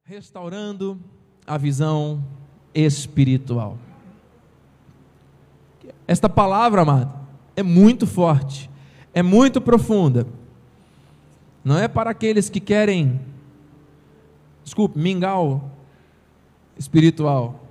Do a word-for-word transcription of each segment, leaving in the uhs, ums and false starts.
Restaurando a visão espiritual. Esta palavra, amado, é muito forte, é muito profunda. Não é para aqueles que querem, desculpe, mingau espiritual,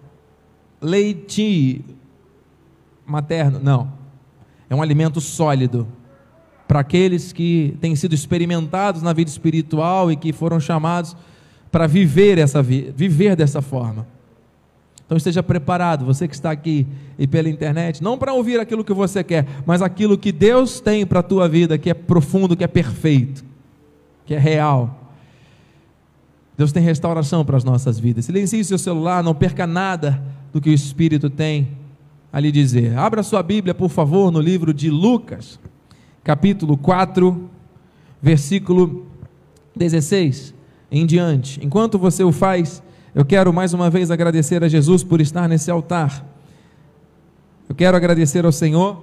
leite materno, não. É um alimento sólido para aqueles que têm sido experimentados na vida espiritual e que foram chamados para viver essa vida, viver dessa forma. Então esteja preparado, você que está aqui e pela internet, não para ouvir aquilo que você quer, mas aquilo que Deus tem para a tua vida, que é profundo, que é perfeito, que é real. Deus tem restauração para as nossas vidas. Silencie seu celular, não perca nada do que o Espírito tem a lhe dizer. Abra sua Bíblia, por favor, no livro de Lucas, capítulo quatro, versículo dezesseis em diante. Enquanto você o faz, eu quero mais uma vez agradecer a Jesus por estar nesse altar. Eu quero agradecer ao Senhor,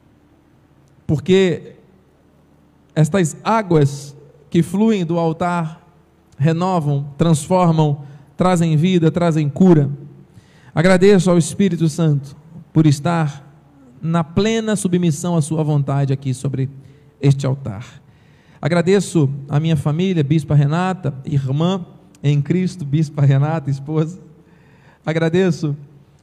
porque estas águas que fluem do altar renovam, transformam, trazem vida, trazem cura. Agradeço ao Espírito Santo por estar na plena submissão à sua vontade aqui sobre este altar. Agradeço a minha família, Bispa Renata, irmã em Cristo, Bispa Renata, esposa. Agradeço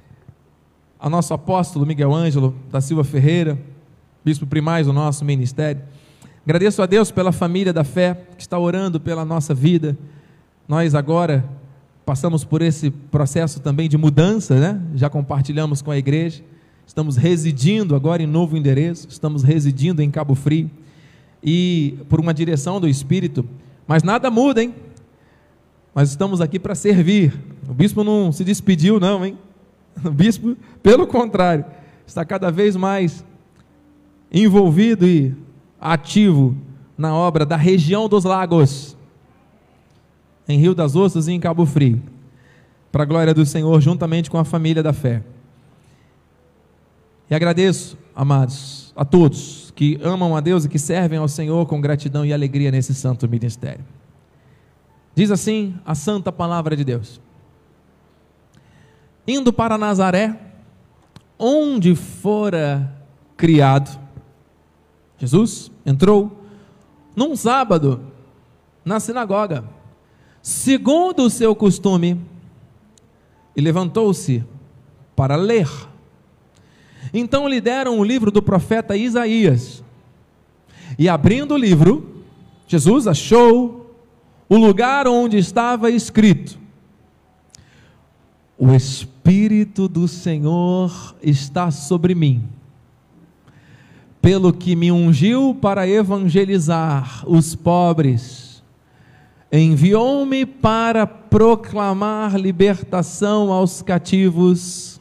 ao nosso apóstolo Miguel Ângelo da Silva Ferreira, bispo primaz do nosso ministério. Agradeço a Deus pela família da fé que está orando pela nossa vida. Nós agora passamos por esse processo também de mudança, né? Já compartilhamos com a igreja. Estamos residindo agora em novo endereço, estamos residindo em Cabo Frio. E por uma direção do Espírito, mas nada muda, hein? Nós estamos aqui para servir. O bispo não se despediu não, hein? O bispo, pelo contrário, está cada vez mais envolvido e ativo na obra da região dos lagos, em Rio das Ostras e em Cabo Frio, para a glória do Senhor, juntamente com a família da fé. E agradeço, amados, a todos que amam a Deus e que servem ao Senhor com gratidão e alegria nesse santo ministério. Diz assim a santa palavra de Deus: indo para Nazaré, onde fora criado, Jesus entrou num sábado na sinagoga, segundo o seu costume, e levantou-se para ler. Então lhe deram o livro do profeta Isaías, e abrindo o livro, Jesus achou o lugar onde estava escrito: o Espírito do Senhor está sobre mim, pelo que me ungiu para evangelizar os pobres, enviou-me para proclamar libertação aos cativos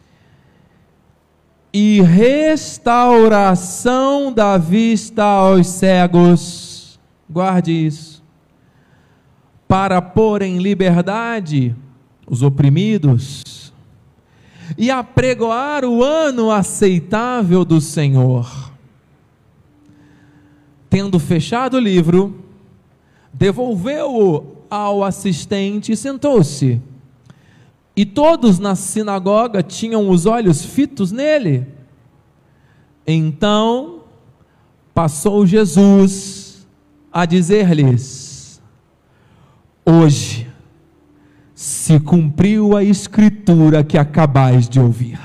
e restauração da vista aos cegos. Guarde isso. Para pôr em liberdade os oprimidos e apregoar o ano aceitável do Senhor. Tendo fechado o livro, devolveu-o ao assistente e sentou-se. E todos na sinagoga tinham os olhos fitos nele. Então passou Jesus a dizer-lhes: hoje se cumpriu a escritura que acabais de ouvir.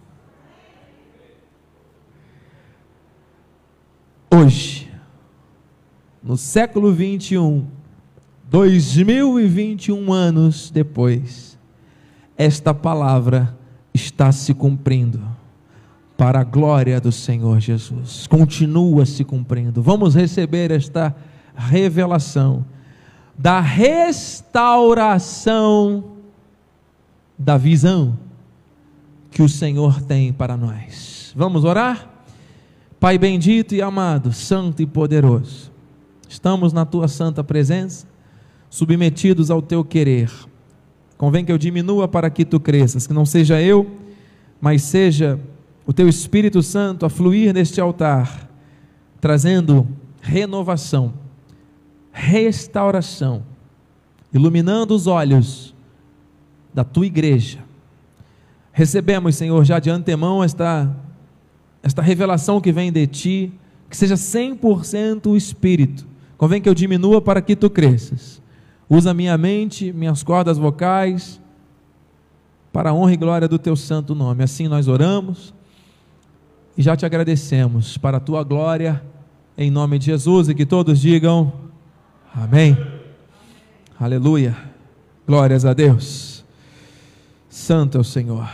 Hoje, no século vinte e um, dois mil e vinte e um anos depois, esta palavra está se cumprindo para a glória do Senhor Jesus. Continua se cumprindo. Vamos receber esta revelação da restauração da visão que o Senhor tem para nós. Vamos orar? Pai bendito e amado, santo e poderoso, estamos na tua santa presença, submetidos ao teu querer. Convém que eu diminua para que tu cresças, que não seja eu, mas seja o teu Espírito Santo a fluir neste altar, trazendo renovação, restauração, iluminando os olhos da tua igreja. Recebemos, Senhor, já de antemão esta, esta revelação que vem de ti, que seja cem por cento o Espírito. Convém que eu diminua para que tu cresças. Usa minha mente, minhas cordas vocais, para a honra e glória do teu santo nome. Assim nós oramos e já te agradecemos para a tua glória, em nome de Jesus, e que todos digam amém. Aleluia, glórias a Deus. Santo é o Senhor.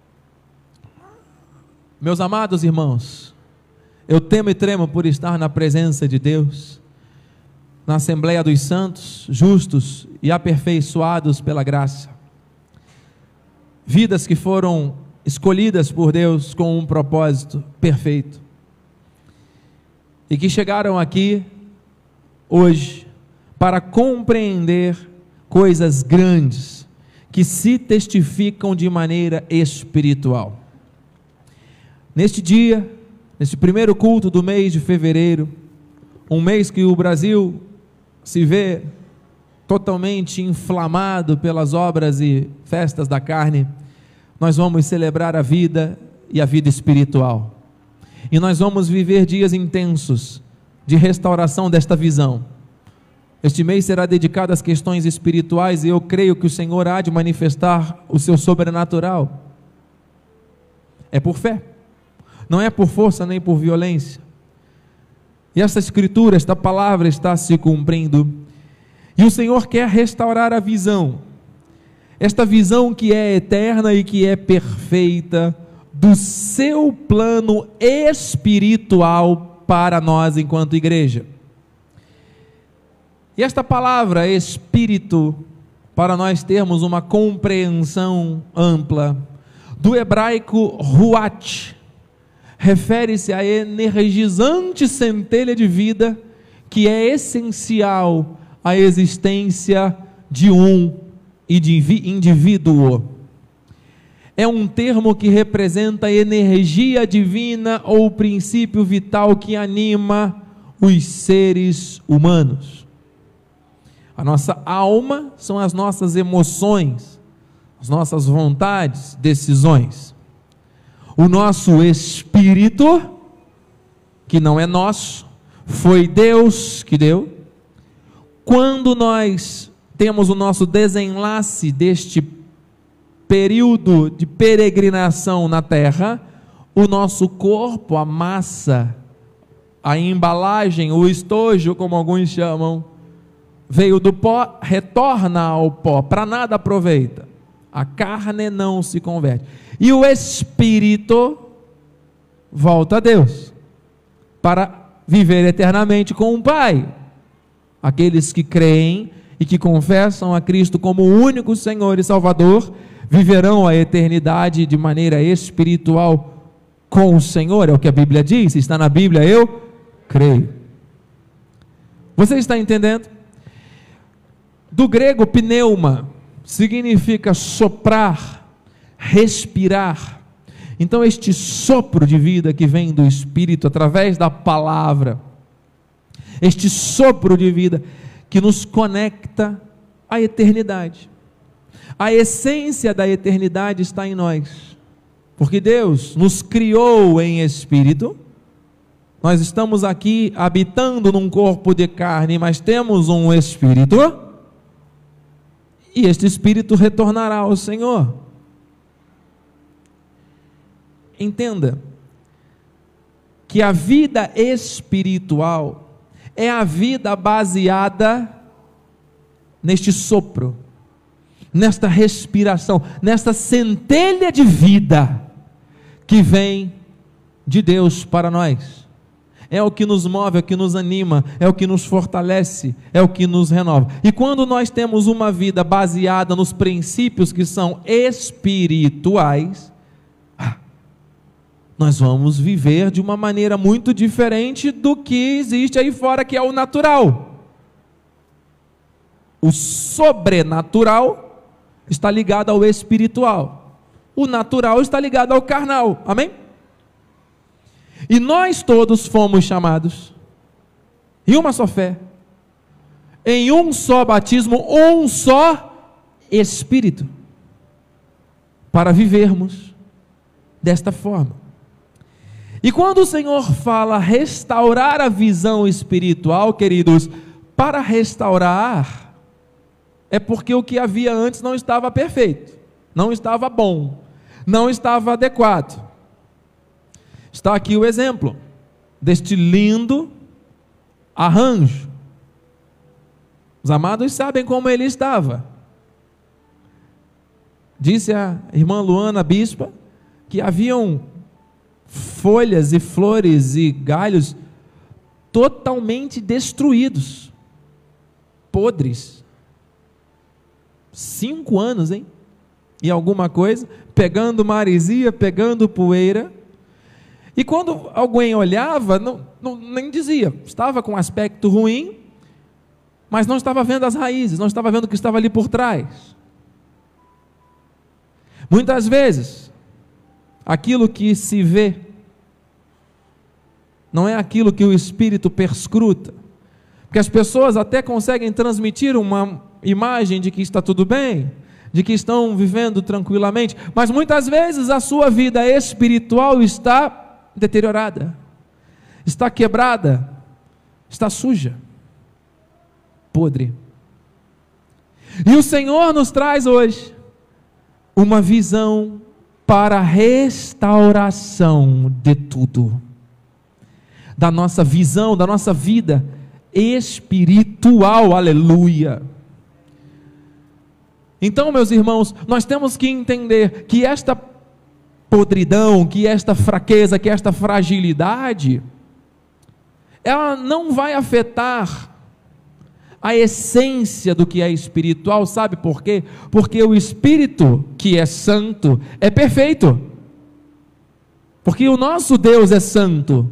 Meus amados irmãos, eu temo e tremo por estar na presença de Deus, na Assembleia dos Santos, justos e aperfeiçoados pela graça, vidas que foram escolhidas por Deus com um propósito perfeito, e que chegaram aqui hoje para compreender coisas grandes, que se testificam de maneira espiritual. Neste dia, neste primeiro culto do mês de fevereiro, um mês que o Brasil se vê totalmente inflamado pelas obras e festas da carne, nós vamos celebrar a vida e a vida espiritual, e nós vamos viver dias intensos de restauração desta visão. Este mês será dedicado às questões espirituais, e eu creio que o Senhor há de manifestar o seu sobrenatural. É por fé, não é por força nem por violência. E essa escritura, esta palavra está se cumprindo, e o Senhor quer restaurar a visão, esta visão que é eterna e que é perfeita, do seu plano espiritual para nós enquanto igreja. E esta palavra espírito, para nós termos uma compreensão ampla, do hebraico ruach, refere-se à energizante centelha de vida que é essencial à existência de um indivíduo. É um termo que representa a energia divina ou o princípio vital que anima os seres humanos. A nossa alma são as nossas emoções, as nossas vontades, decisões. O nosso espírito, que não é nosso, foi Deus que deu. Quando nós temos o nosso desenlace deste período de peregrinação na terra, o nosso corpo, a massa, a embalagem, o estojo, como alguns chamam, veio do pó, retorna ao pó, para nada aproveita. A carne não se converte. E o espírito volta a Deus, para viver eternamente com o Pai. Aqueles que creem e que confessam a Cristo como o único Senhor e Salvador, viverão a eternidade de maneira espiritual com o Senhor. É o que a Bíblia diz. Se está na Bíblia, eu creio. Você está entendendo? Do grego pneuma significa soprar, respirar. Então este sopro de vida que vem do Espírito através da palavra, este sopro de vida que nos conecta à eternidade. A essência da eternidade está em nós, porque Deus nos criou em espírito. Nós estamos aqui habitando num corpo de carne, mas temos um espírito, e este espírito retornará ao Senhor. Entenda que a vida espiritual é a vida baseada neste sopro, nesta respiração, nesta centelha de vida que vem de Deus para nós. É o que nos move, é o que nos anima, é o que nos fortalece, é o que nos renova. E quando nós temos uma vida baseada nos princípios que são espirituais, nós vamos viver de uma maneira muito diferente do que existe aí fora, que é o natural. O sobrenatural está ligado ao espiritual, o natural está ligado ao carnal, amém? E nós todos fomos chamados em uma só fé, em um só batismo, um só Espírito, para vivermos desta forma. E quando o Senhor fala restaurar a visão espiritual, queridos, para restaurar, é porque o que havia antes não estava perfeito, não estava bom, não estava adequado. Está aqui o exemplo deste lindo arranjo. Os amados sabem como ele estava. Disse a irmã Luana, bispa, que haviam folhas e flores e galhos totalmente destruídos, podres. Cinco anos, hein? E alguma coisa, pegando maresia, pegando poeira. E quando alguém olhava, não, não, nem dizia, estava com aspecto ruim, mas não estava vendo as raízes, não estava vendo o que estava ali por trás. Muitas vezes, aquilo que se vê, não é aquilo que o Espírito perscruta, porque as pessoas até conseguem transmitir uma imagem de que está tudo bem, de que estão vivendo tranquilamente, mas muitas vezes a sua vida espiritual está deteriorada, está quebrada, está suja, podre. E o Senhor nos traz hoje uma visão para a restauração de tudo, da nossa visão, da nossa vida espiritual, aleluia. Então, meus irmãos, nós temos que entender que esta podridão, que esta fraqueza, que esta fragilidade, ela não vai afetar a essência do que é espiritual. Sabe por quê? Porque o Espírito, que é santo, é perfeito, porque o nosso Deus é santo,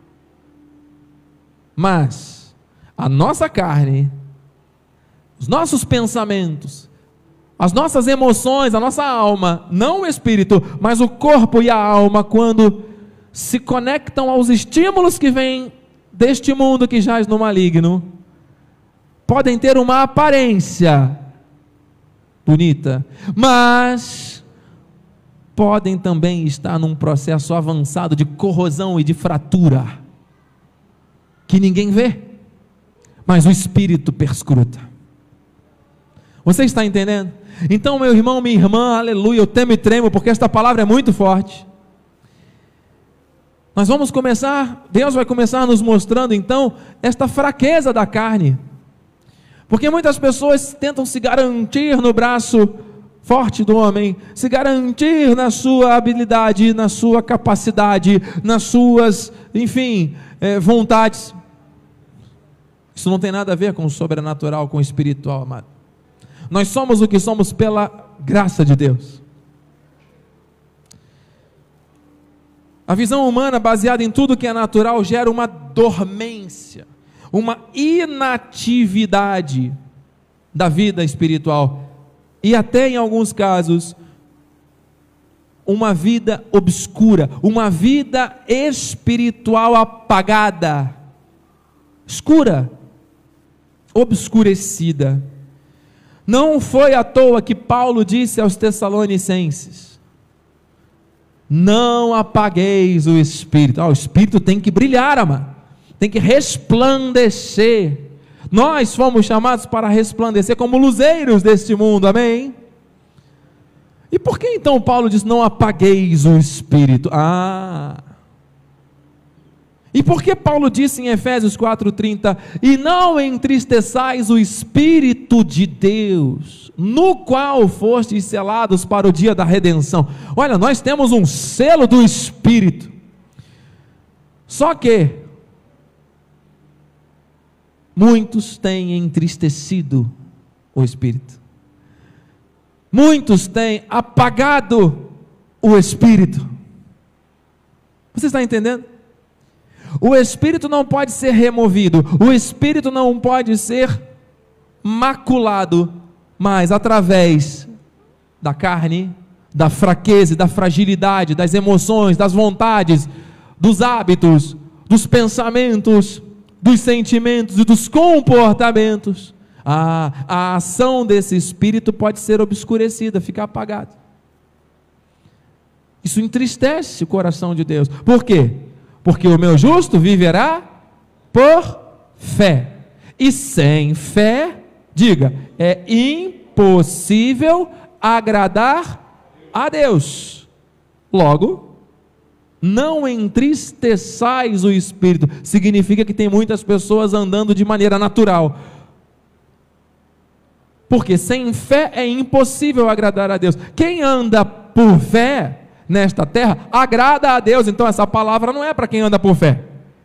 mas a nossa carne, os nossos pensamentos, as nossas emoções, a nossa alma, não o espírito, mas o corpo e a alma, quando se conectam aos estímulos que vêm deste mundo que jaz no maligno, podem ter uma aparência bonita, mas podem também estar num processo avançado de corrosão e de fratura, que ninguém vê, mas o Espírito perscruta. Você está entendendo? Então, meu irmão, minha irmã, aleluia, eu temo e tremo, porque esta palavra é muito forte. Nós vamos começar, Deus vai começar nos mostrando então, esta fraqueza da carne, porque muitas pessoas tentam se garantir no braço forte do homem, se garantir na sua habilidade, na sua capacidade, nas suas, enfim, eh, vontades. Isso não tem nada a ver com o sobrenatural, com o espiritual, amado. Nós somos o que somos pela graça de Deus. A visão humana, baseada em tudo que é natural, gera uma dormência, uma inatividade da vida espiritual, e até em alguns casos, uma vida obscura, uma vida espiritual apagada, escura, obscurecida. Não foi à toa que Paulo disse aos Tessalonicenses: não apagueis o Espírito. Ah, o Espírito tem que brilhar, amado, tem que resplandecer. Nós fomos chamados para resplandecer como luzeiros deste mundo, amém? E por que então Paulo diz: não apagueis o Espírito? Ah... E por que Paulo disse em Efésios quatro, trinta, e não entristeçais o Espírito de Deus, no qual fostes selados para o dia da redenção? Olha, nós temos um selo do Espírito, só que muitos têm entristecido o Espírito, muitos têm apagado o Espírito. Você está entendendo? O Espírito não pode ser removido, o Espírito não pode ser maculado, mas através da carne, da fraqueza, da fragilidade, das emoções, das vontades, dos hábitos, dos pensamentos, dos sentimentos e dos comportamentos, a, a ação desse espírito pode ser obscurecida, ficar apagada. Isso entristece o coração de Deus. Por quê? Porque o meu justo viverá por fé. E sem fé, diga, é impossível agradar a Deus. Logo, não entristeçais o espírito. Significa que tem muitas pessoas andando de maneira natural. Porque sem fé é impossível agradar a Deus. Quem anda por fé nesta terra agrada a Deus. Então essa palavra não é para quem anda por fé.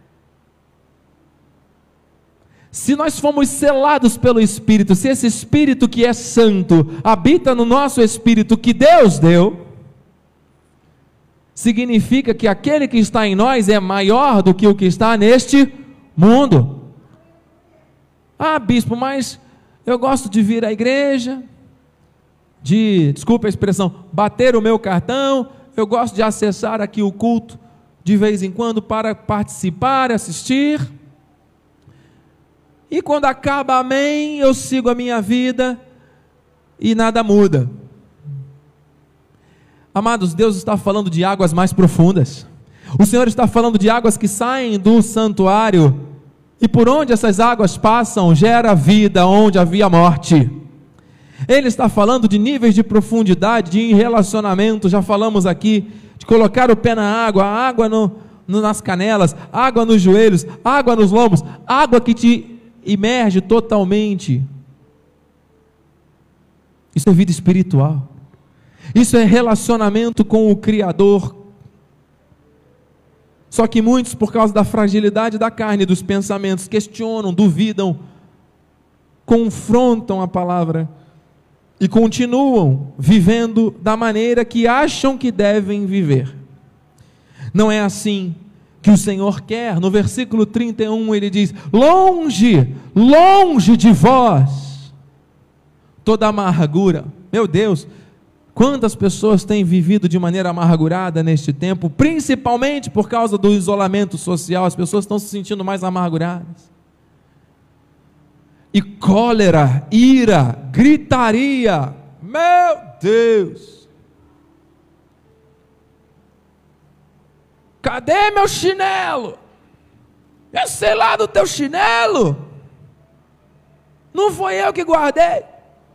Se nós fomos selados pelo Espírito, se esse Espírito que é santo habita no nosso espírito que Deus deu, significa que aquele que está em nós é maior do que o que está neste mundo. Ah, bispo, mas eu gosto de vir à igreja, de, desculpa a expressão, bater o meu cartão, eu gosto de acessar aqui o culto de vez em quando para participar, assistir. E quando acaba amém, eu sigo a minha vida e nada muda. Amados, Deus está falando de águas mais profundas. O Senhor está falando de águas que saem do santuário, e por onde essas águas passam, gera vida onde havia morte. Ele está falando de níveis de profundidade, de relacionamento. Já falamos aqui, de colocar o pé na água, água no, no, nas canelas, água nos joelhos, água nos lombos, água que te imerge totalmente. Isso é vida espiritual. Isso é relacionamento com o Criador. Só que muitos, por causa da fragilidade da carne e dos pensamentos, questionam, duvidam, confrontam a palavra e continuam vivendo da maneira que acham que devem viver. Não é assim que o Senhor quer. No versículo trinta e um ele diz: longe, longe de vós toda amargura. Meu Deus, quantas pessoas têm vivido de maneira amargurada neste tempo, principalmente por causa do isolamento social. As pessoas estão se sentindo mais amarguradas. E cólera, ira, gritaria. Meu Deus! Cadê meu chinelo? Eu sei lá do teu chinelo. Não foi eu que guardei.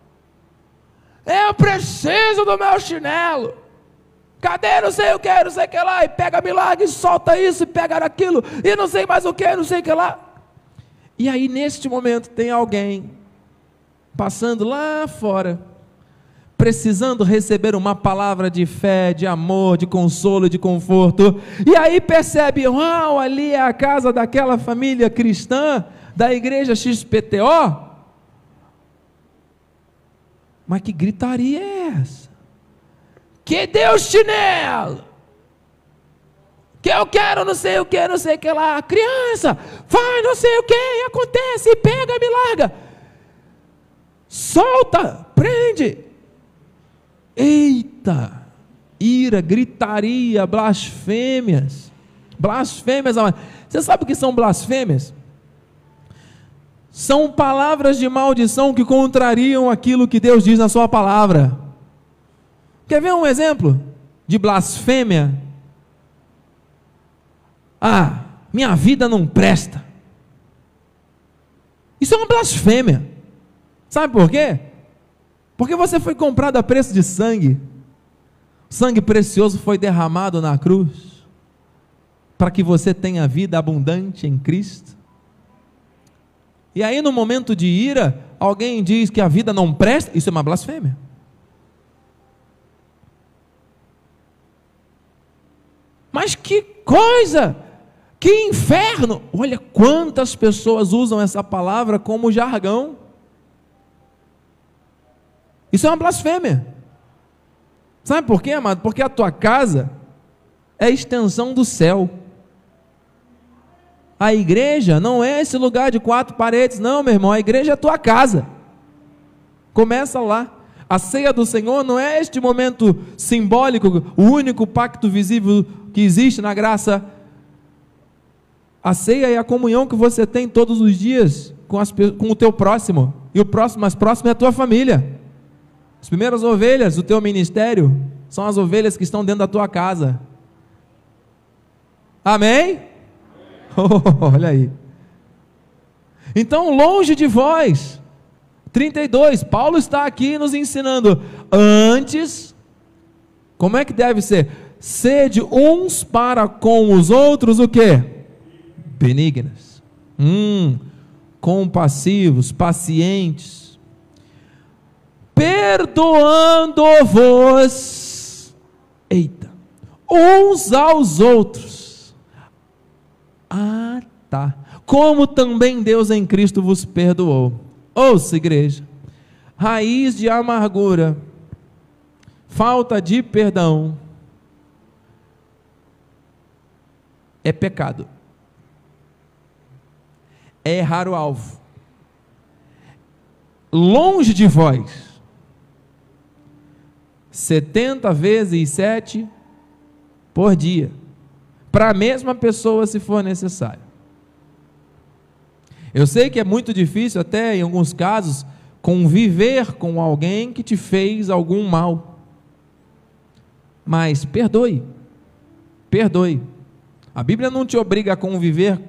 Eu preciso do meu chinelo. Cadê não sei o que, não sei o que lá. E pega, me larga e solta isso, e pega aquilo, e não sei mais o que, não sei o que lá. E aí neste momento tem alguém passando lá fora, precisando receber uma palavra de fé, de amor, de consolo, de conforto, e aí percebe, uau, ali é a casa daquela família cristã, da igreja X P T O, mas que gritaria é essa? Que Deus chinelo, que eu quero não sei o que, não sei o que lá, criança, faz não sei o que, e acontece, pega, me larga, solta, prende. Eita, ira, gritaria, blasfêmias, blasfêmias. Você sabe o que são blasfêmias? São palavras de maldição que contrariam aquilo que Deus diz na sua palavra. Quer ver um exemplo de blasfêmia? Ah, minha vida não presta. Isso é uma blasfêmia. Sabe por quê? Porque você foi comprado a preço de sangue. O sangue precioso foi derramado na cruz para que você tenha vida abundante em Cristo. E aí no momento de ira, alguém diz que a vida não presta. Isso é uma blasfêmia. Mas que coisa, que inferno. Olha quantas pessoas usam essa palavra como jargão. Isso é uma blasfêmia. Sabe por quê, amado? Porque a tua casa é a extensão do céu. A igreja não é esse lugar de quatro paredes, não, meu irmão. A igreja é a tua casa. Começa lá. A ceia do Senhor não é este momento simbólico, o único pacto visível que existe na graça. A ceia é a comunhão que você tem todos os dias com, as, com o teu próximo. e o próximo mais próximo é a tua família. As primeiras ovelhas do teu ministério são as ovelhas que estão dentro da tua casa. Amém? Oh, olha aí. Então, longe de vós, trinta e dois, Paulo está aqui nos ensinando, antes, como é que deve ser? Sede uns para com os outros, o quê? Benignos, hum, compassivos, pacientes, perdoando-vos, eita, uns aos outros. Ah, tá. Como também Deus em Cristo vos perdoou. Ouça, igreja, raiz de amargura, falta de perdão, é pecado, é errar o alvo. Longe de vós, setenta vezes sete por dia, para a mesma pessoa se for necessário. Eu sei que é muito difícil até em alguns casos conviver com alguém que te fez algum mal, mas perdoe, perdoe. A Bíblia não te obriga a conviver,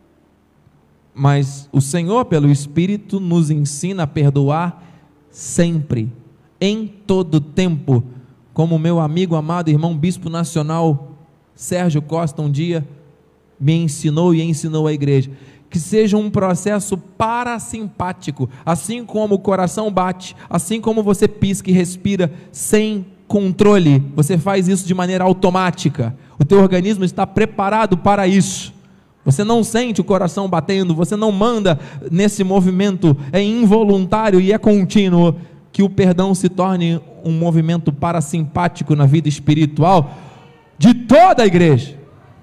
mas o Senhor pelo Espírito nos ensina a perdoar sempre, em todo tempo, como meu amigo amado irmão bispo nacional Sérgio Costa um dia me ensinou e ensinou a igreja, que seja um processo parasimpático, assim como o coração bate, assim como você pisca e respira sem controle, você faz isso de maneira automática, o teu organismo está preparado para isso, você não sente o coração batendo, você não manda nesse movimento, é involuntário e é contínuo, que o perdão se torne um movimento parasimpático na vida espiritual de toda a igreja.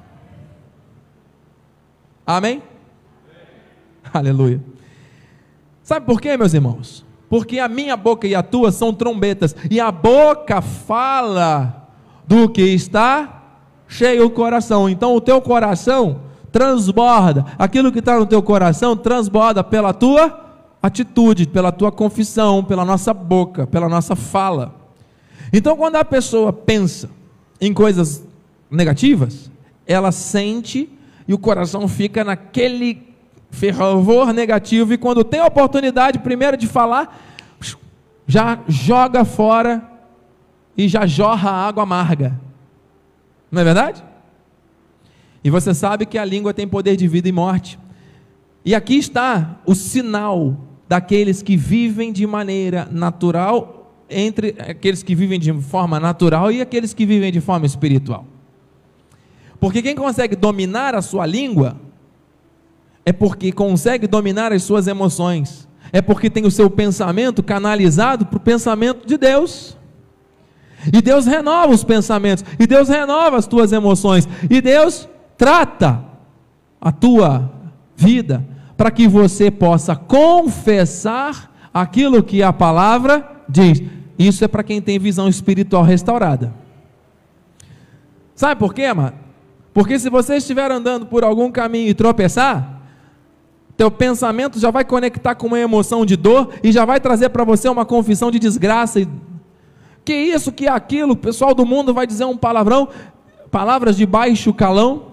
Amém? Aleluia. Sabe por quê, meus irmãos? Porque a minha boca e a tua são trombetas, e a boca fala do que está cheio o coração. Então o teu coração transborda, aquilo que está no teu coração transborda pela tua atitude, pela tua confissão, pela nossa boca, pela nossa fala. Então quando a pessoa pensa em coisas negativas, ela sente e o coração fica naquele fervor negativo, e quando tem a oportunidade primeiro de falar, já joga fora e já jorra água amarga, não é verdade? E você sabe que a língua tem poder de vida e morte, e aqui está o sinal daqueles que vivem de maneira natural, entre aqueles que vivem de forma natural e aqueles que vivem de forma espiritual, porque quem consegue dominar a sua língua, é porque consegue dominar as suas emoções, é porque tem o seu pensamento canalizado para o pensamento de Deus, e Deus renova os pensamentos, e Deus renova as tuas emoções, e Deus trata a tua vida, para que você possa confessar aquilo que a palavra diz. Isso é para quem tem visão espiritual restaurada. Sabe por quê, amado? Porque se você estiver andando por algum caminho e tropeçar, teu pensamento já vai conectar com uma emoção de dor, e já vai trazer para você uma confissão de desgraça, e que isso, que aquilo, o pessoal do mundo vai dizer um palavrão, palavras de baixo calão.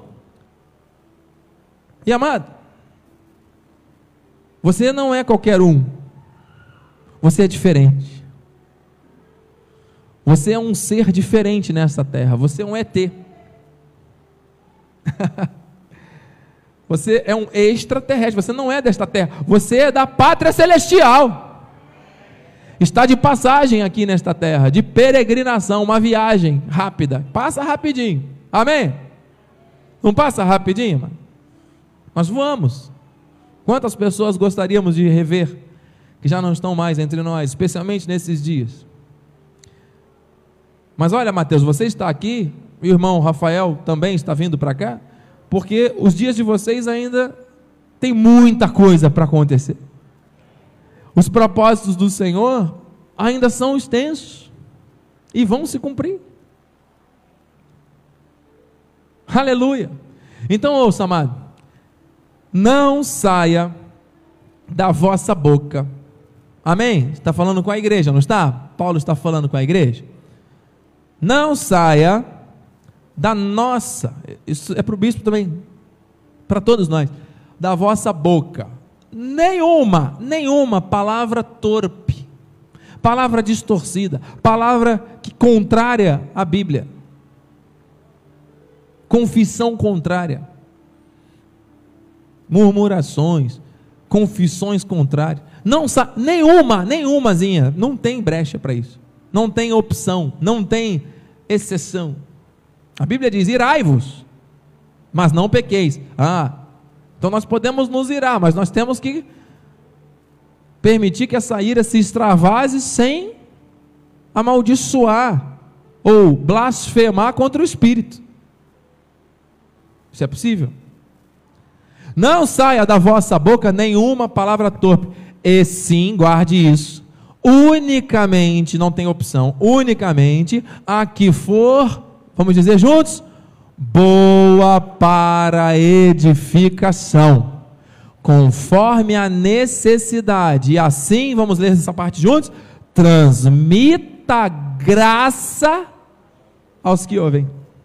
E amado, você não é qualquer um, você é diferente, você é um ser diferente nessa terra, você é um E T, você é um extraterrestre, você não é desta terra, você é da pátria celestial, está de passagem aqui nesta terra, de peregrinação, uma viagem rápida, passa rapidinho, amém? Não passa rapidinho, mano? Nós voamos. Quantas pessoas gostaríamos de rever, que já não estão mais entre nós, especialmente nesses dias? Mas olha, Mateus, você está aqui, o irmão Rafael também está vindo para cá, porque os dias de vocês ainda tem muita coisa para acontecer, os propósitos do Senhor ainda são extensos, e vão se cumprir, aleluia. Então ouça, amado, não saia da vossa boca Amém? Está falando com a igreja, não está? Paulo está falando com a igreja. Não saia da nossa, isso é para o bispo também, para todos nós, da vossa boca, nenhuma, nenhuma palavra torpe, palavra distorcida, palavra que contrária à Bíblia, confissão contrária, murmurações, confissões contrárias, não sa- nenhuma, nenhumazinha, não tem brecha para isso, não tem opção, não tem exceção. A Bíblia diz: irai-vos, mas não pequeis. Ah, então nós podemos nos irar, mas nós temos que permitir que essa ira se extravase sem amaldiçoar ou blasfemar contra o Espírito. Isso é possível? Não saia da vossa boca nenhuma palavra torpe, e sim, guarde isso, unicamente, não tem opção, unicamente a que for, vamos dizer juntos, boa para edificação, conforme a necessidade, e assim, vamos ler essa parte juntos, transmita graça aos que ouvem.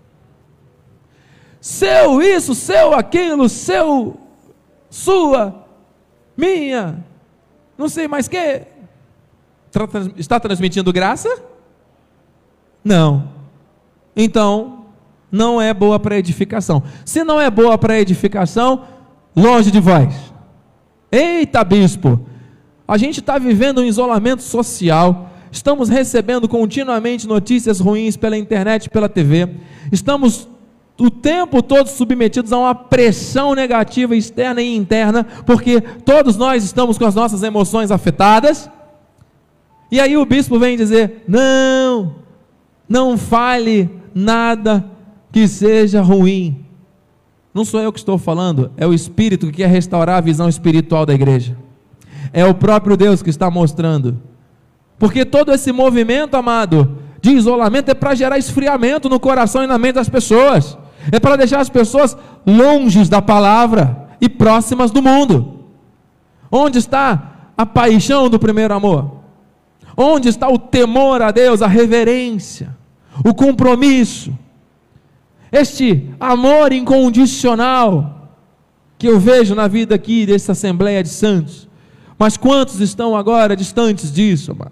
Seu isso, seu aquilo, seu, sua, minha, não sei mais que, está transmitindo graça? Não. Então, não é boa para edificação. Se não é boa para edificação, longe de vós. Eita, bispo, a gente está vivendo um isolamento social, estamos recebendo continuamente notícias ruins pela internet, pela T V, estamos o tempo todo submetidos a uma pressão negativa externa e interna, porque todos nós estamos com as nossas emoções afetadas, e aí o bispo vem dizer: não, não fale nada que seja ruim. Não sou eu que estou falando, é o Espírito que quer restaurar a visão espiritual da igreja, é o próprio Deus que está mostrando, porque todo esse movimento, amado, de isolamento é para gerar esfriamento no coração e na mente das pessoas, é para deixar as pessoas longe da palavra e próximas do mundo. Onde está a paixão do primeiro amor? Onde está o temor a Deus, a reverência, o compromisso, este amor incondicional que eu vejo na vida aqui dessa Assembleia de Santos? Mas quantos estão agora distantes disso, amado?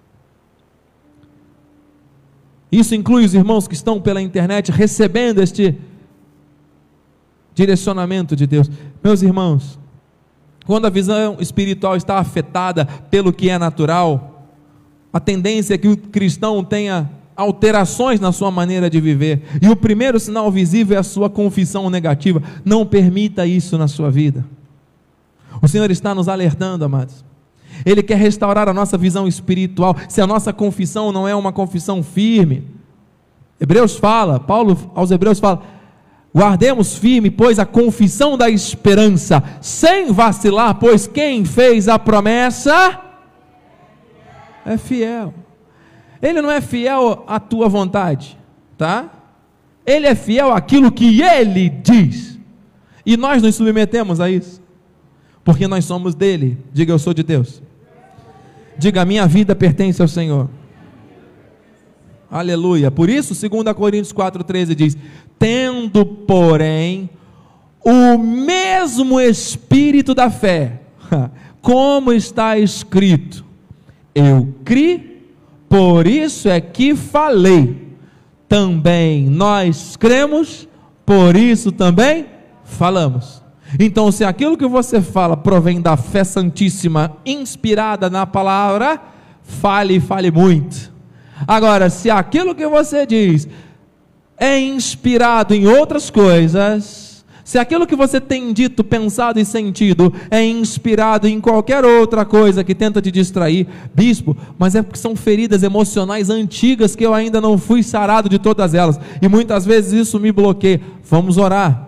Isso inclui os irmãos que estão pela internet recebendo este direcionamento de Deus. Meus irmãos, quando a visão espiritual está afetada pelo que é natural, a tendência é que o cristão tenha alterações na sua maneira de viver, e o primeiro sinal visível é a sua confissão negativa. Não permita isso na sua vida. O Senhor está nos alertando, amados. Ele quer restaurar a nossa visão espiritual. Se a nossa confissão não é uma confissão firme, Hebreus fala, Paulo aos Hebreus fala: guardemos firme, pois, a confissão da esperança, sem vacilar, pois quem fez a promessa é fiel. Ele não é fiel à tua vontade, tá? Ele é fiel àquilo que Ele diz, e nós nos submetemos a isso, porque nós somos dele. Diga: eu sou de Deus. Diga: a minha vida pertence ao Senhor. Aleluia. Por isso, dois Coríntios quatro, treze diz: tendo, porém, o mesmo espírito da fé, como está escrito, eu criei, por isso é que falei. Também nós cremos, por isso também falamos. Então, se aquilo que você fala provém da fé santíssima, inspirada na palavra, fale e fale muito. Agora, se aquilo que você diz é inspirado em outras coisas, se aquilo que você tem dito, pensado e sentido é inspirado em qualquer outra coisa que tenta te distrair, bispo, mas é porque são feridas emocionais antigas que eu ainda não fui sarado de todas elas, e muitas vezes isso me bloqueia. Vamos orar.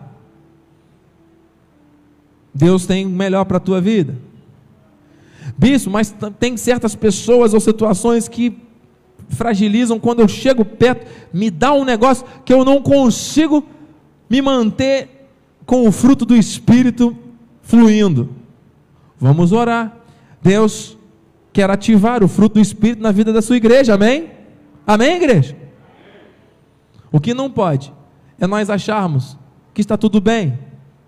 Deus tem o melhor para a tua vida. Bispo, mas tem certas pessoas ou situações que fragilizam. Quando eu chego perto, me dá um negócio que eu não consigo me manter com o fruto do Espírito fluindo. Vamos orar. Deus quer ativar o fruto do Espírito na vida da sua igreja, amém? Amém, igreja? O que não pode é nós acharmos que está tudo bem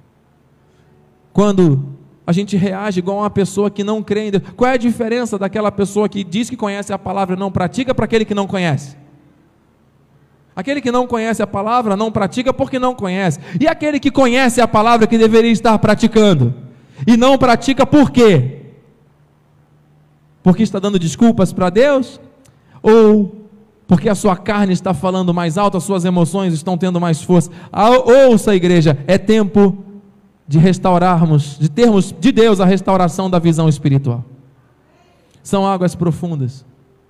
quando a gente reage igual uma pessoa que não crê em Deus. Qual é a diferença daquela pessoa que diz que conhece a palavra e não pratica para aquele que não conhece? Aquele que não conhece a palavra não pratica porque não conhece. E aquele que conhece a palavra que deveria estar praticando e não pratica por quê? Porque está dando desculpas para Deus? Ou porque a sua carne está falando mais alto, as suas emoções estão tendo mais força? Ouça, igreja, é tempo de restaurarmos, de termos de Deus a restauração da visão espiritual. São águas profundas.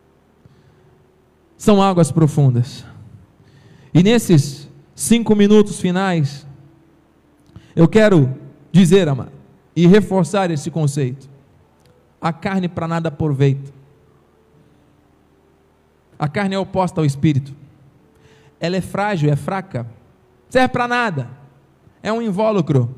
São águas profundas. E nesses cinco minutos finais, eu quero dizer, amado, e reforçar esse conceito: a carne para nada aproveita. A carne é oposta ao espírito. Ela é frágil, é fraca, serve para nada, é um invólucro.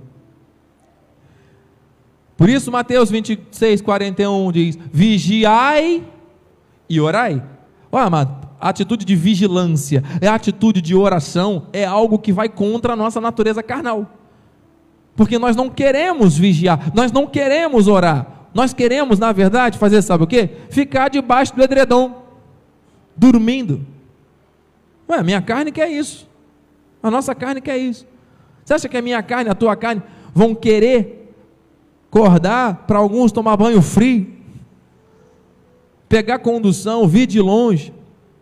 Por isso Mateus vinte e seis, quarenta e um diz: vigiai e orai. Olha, amado, a atitude de vigilância, a atitude de oração é algo que vai contra a nossa natureza carnal, porque nós não queremos vigiar, nós não queremos orar, nós queremos, na verdade, fazer sabe o quê? Ficar debaixo do edredom, dormindo. Ué, minha carne quer isso, a nossa carne quer isso. Você acha que a minha carne, a tua carne vão querer acordar, para alguns tomar banho frio, pegar condução, vir de longe,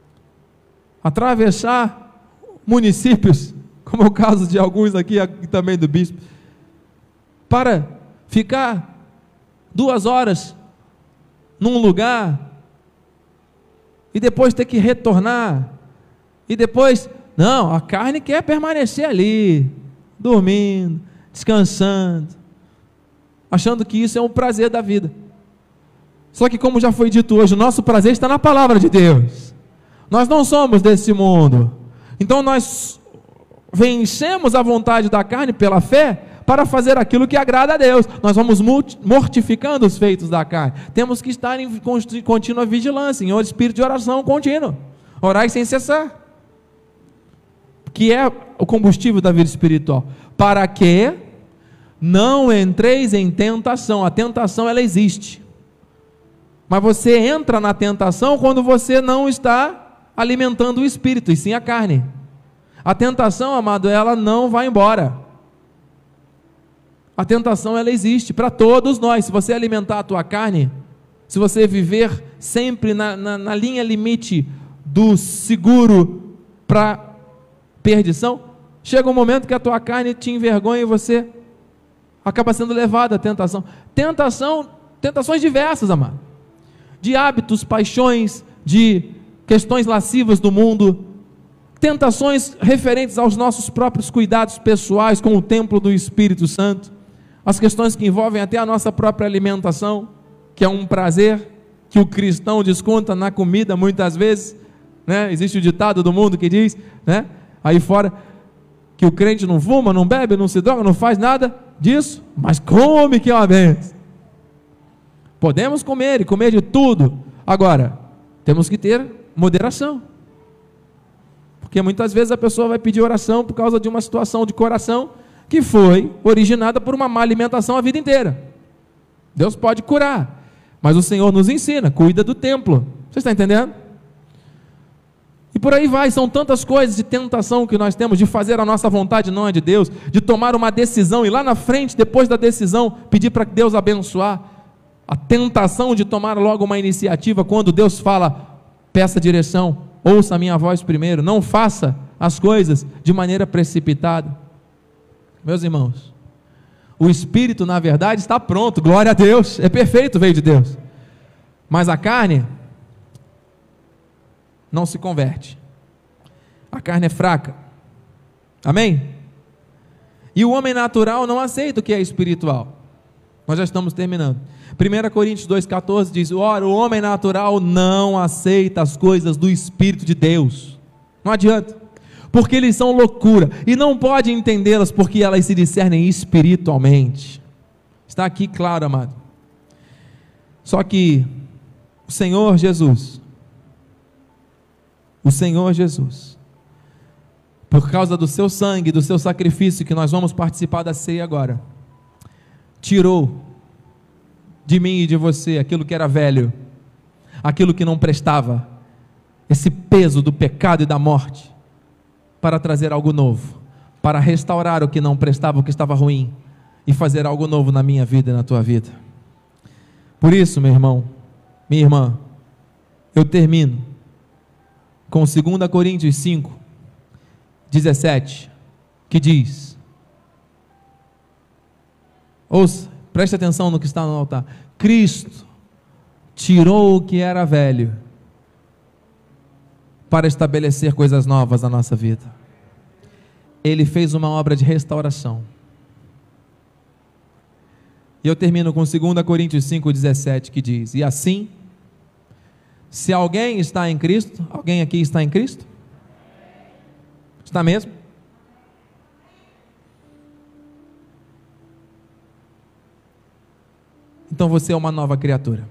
atravessar municípios, como é o caso de alguns aqui, aqui também do bispo, para ficar duas horas num lugar e depois ter que retornar, e depois, não, a carne quer permanecer ali, dormindo, descansando, achando que isso é um prazer da vida. Só que, como já foi dito hoje, o nosso prazer está na palavra de Deus. Nós não somos desse mundo. Então nós vencemos a vontade da carne pela fé para fazer aquilo que agrada a Deus. Nós vamos mortificando os feitos da carne. Temos que estar em contínua vigilância, em espírito de oração contínuo. Orai sem cessar, que é o combustível da vida espiritual. Para que não entreis em tentação. A tentação, ela existe, mas você entra na tentação quando você não está alimentando o espírito, e sim a carne. A tentação, amado, ela não vai embora. A tentação, ela existe para todos nós. Se você alimentar a tua carne, se você viver sempre na, na, na linha limite do seguro para perdição, chega um momento que a tua carne te envergonha e você acaba sendo levado à tentação. Tentação, tentações diversas, amado, de hábitos, paixões, de questões lascivas do mundo, tentações referentes aos nossos próprios cuidados pessoais com o templo do Espírito Santo, as questões que envolvem até a nossa própria alimentação, que é um prazer que o cristão desconta na comida muitas vezes, né? Existe o ditado do mundo que diz, né, aí fora, que o crente não fuma, não bebe, não se droga, não faz nada disso, mas come, que é uma benção. Podemos comer e comer de tudo, agora temos que ter moderação, porque muitas vezes a pessoa vai pedir oração por causa de uma situação de coração que foi originada por uma má alimentação a vida inteira. Deus pode curar, mas o Senhor nos ensina, cuida do templo. Você está entendendo? E por aí vai, são tantas coisas de tentação que nós temos, de fazer a nossa vontade, não é de Deus, de tomar uma decisão e lá na frente, depois da decisão, pedir para Deus abençoar. A tentação de tomar logo uma iniciativa, quando Deus fala, peça direção, ouça a minha voz primeiro, não faça as coisas de maneira precipitada. Meus irmãos, o Espírito, na verdade, está pronto, glória a Deus, é perfeito, veio de Deus, mas a carne não se converte, a carne é fraca, amém? E o homem natural não aceita o que é espiritual. Nós já estamos terminando. primeira Coríntios dois, catorze diz, ora, o homem natural não aceita as coisas do Espírito de Deus, não adianta, porque eles são loucura, e não pode entendê-las, porque elas se discernem espiritualmente. Está aqui claro, amado. Só que o Senhor Jesus, o Senhor Jesus, por causa do seu sangue, do seu sacrifício, que nós vamos participar da ceia agora, tirou de mim e de você aquilo que era velho, aquilo que não prestava, esse peso do pecado e da morte, para trazer algo novo, para restaurar o que não prestava, o que estava ruim, e fazer algo novo na minha vida e na tua vida. Por isso, meu irmão, minha irmã, eu termino com dois Coríntios cinco, dezessete, que diz, ouça, preste atenção no que está no altar: Cristo tirou o que era velho, para estabelecer coisas novas na nossa vida. Ele fez uma obra de restauração. E eu termino com dois Coríntios cinco, dezessete, que diz, e assim, se alguém está em Cristo, alguém aqui está em Cristo? Está mesmo? Então você é uma nova criatura.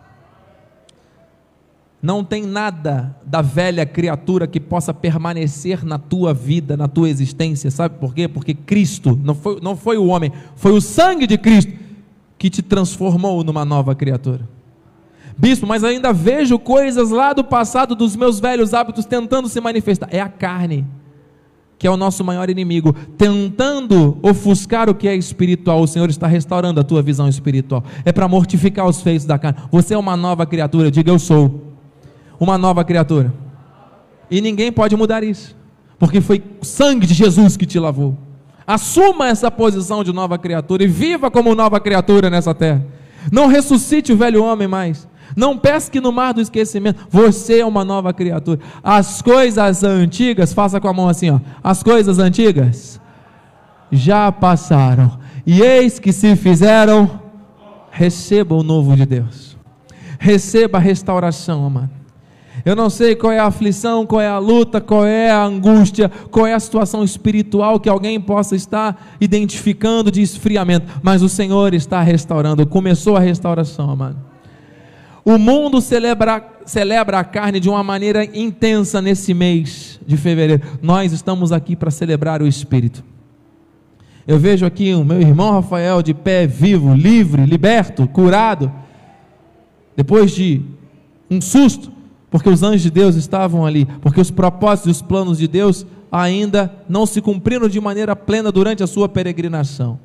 Não tem nada da velha criatura que possa permanecer na tua vida, na tua existência. Sabe por quê? Porque Cristo, não foi, não foi o homem, foi o sangue de Cristo que te transformou numa nova criatura. Bispo, mas ainda vejo coisas lá do passado, dos meus velhos hábitos tentando se manifestar. É a carne, que é o nosso maior inimigo, tentando ofuscar o que é espiritual. O Senhor está restaurando a tua visão espiritual. É para mortificar os feitos da carne. Você é uma nova criatura. Diga: eu sou uma nova criatura, e ninguém pode mudar isso, porque foi o sangue de Jesus que te lavou. Assuma essa posição de nova criatura e viva como nova criatura nessa terra. Não ressuscite o velho homem mais, não pesque no mar do esquecimento. Você é uma nova criatura. As coisas antigas, faça com a mão assim, ó, as coisas antigas já passaram, e eis que se fizeram. Receba o novo de Deus, receba a restauração, amado. Eu não sei qual é a aflição, qual é a luta, qual é a angústia, qual é a situação espiritual que alguém possa estar identificando de esfriamento, mas o Senhor está restaurando. Começou a restauração, amado. O mundo celebra, celebra a carne de uma maneira intensa nesse mês de fevereiro. Nós estamos aqui para celebrar o Espírito. Eu vejo aqui o meu irmão Rafael de pé, vivo, livre, liberto, curado, depois de um susto, porque os anjos de Deus estavam ali, porque os propósitos e os planos de Deus ainda não se cumpriram de maneira plena durante a sua peregrinação,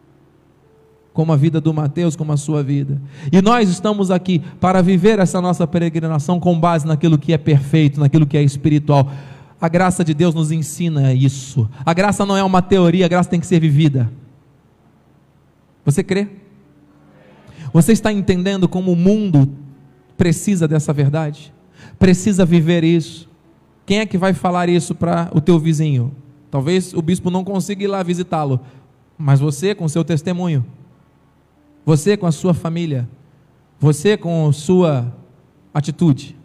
como a vida do Mateus, como a sua vida. E nós estamos aqui para viver essa nossa peregrinação com base naquilo que é perfeito, naquilo que é espiritual. A graça de Deus nos ensina isso. A graça não é uma teoria, a graça tem que ser vivida. Você crê? Você está entendendo como o mundo precisa dessa verdade? Precisa viver isso. Quem é que vai falar isso para o teu vizinho? Talvez o bispo não consiga ir lá visitá-lo, mas você com o seu testemunho, você com a sua família, você com a sua atitude.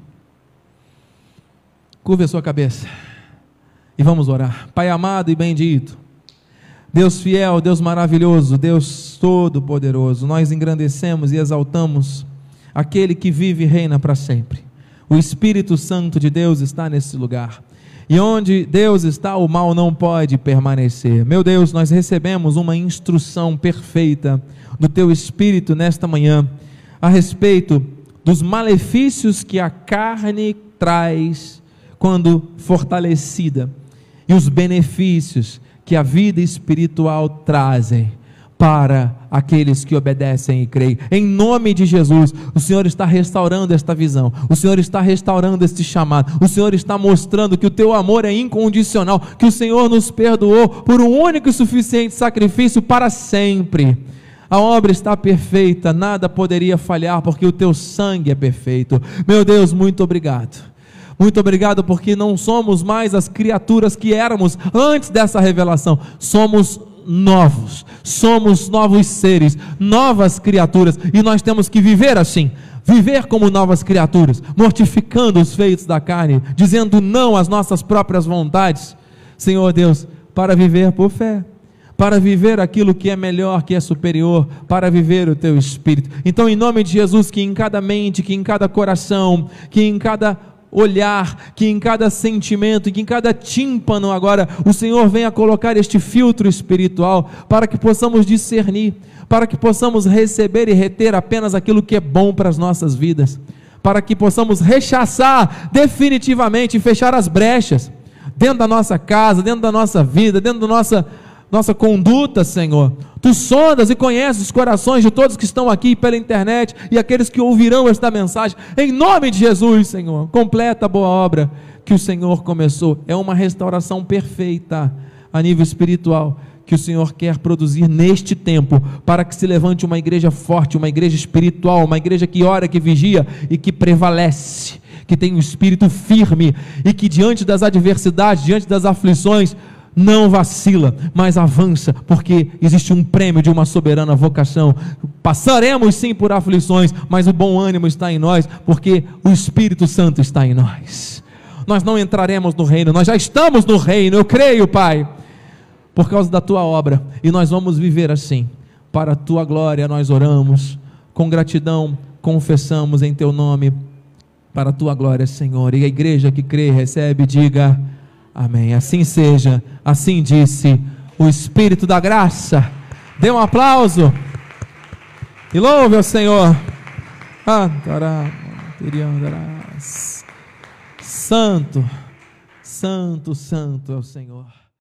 Curve a sua cabeça e vamos orar. Pai amado e bendito, Deus fiel, Deus maravilhoso, Deus todo-poderoso, nós engrandecemos e exaltamos aquele que vive e reina para sempre. O Espírito Santo de Deus está nesse lugar, e onde Deus está, o mal não pode permanecer. Meu Deus, nós recebemos uma instrução perfeita do Teu Espírito nesta manhã, a respeito dos malefícios que a carne traz quando fortalecida, e os benefícios que a vida espiritual trazem para aqueles que obedecem e creem. Em nome de Jesus, o Senhor está restaurando esta visão, o Senhor está restaurando este chamado, o Senhor está mostrando que o teu amor é incondicional, que o Senhor nos perdoou por um único e suficiente sacrifício para sempre. A obra está perfeita, nada poderia falhar, porque o teu sangue é perfeito. Meu Deus, muito obrigado. Muito obrigado, porque não somos mais as criaturas que éramos antes dessa revelação. Somos novos, somos novos seres, novas criaturas, e nós temos que viver assim, viver como novas criaturas, mortificando os feitos da carne, dizendo não às nossas próprias vontades, Senhor Deus, para viver por fé, para viver aquilo que é melhor, que é superior, para viver o teu Espírito. Então, em nome de Jesus, que em cada mente, que em cada coração, que em cada olhar, que em cada sentimento, que em cada tímpano agora, o Senhor venha colocar este filtro espiritual, para que possamos discernir, para que possamos receber e reter apenas aquilo que é bom para as nossas vidas, para que possamos rechaçar definitivamente e fechar as brechas, dentro da nossa casa, dentro da nossa vida, dentro da nossa, nossa conduta, Senhor. Tu sondas e conheces os corações de todos que estão aqui pela internet e aqueles que ouvirão esta mensagem, em nome de Jesus, Senhor, completa a boa obra que o Senhor começou. É uma restauração perfeita a nível espiritual que o Senhor quer produzir neste tempo, para que se levante uma igreja forte, uma igreja espiritual, uma igreja que ora, que vigia e que prevalece, que tem um espírito firme e que diante das adversidades, diante das aflições, não vacila, mas avança, porque existe um prêmio de uma soberana vocação. Passaremos sim por aflições, mas o bom ânimo está em nós, porque o Espírito Santo está em nós. Nós não entraremos no reino, nós já estamos no reino, eu creio, Pai, por causa da tua obra, e nós vamos viver assim, para a tua glória. Nós oramos, com gratidão, confessamos em teu nome, para a tua glória, Senhor. E a igreja que crê, recebe, diga amém. Assim seja, assim disse o Espírito da graça. Dê um aplauso e louve ao Senhor. Santo, santo, santo é o Senhor.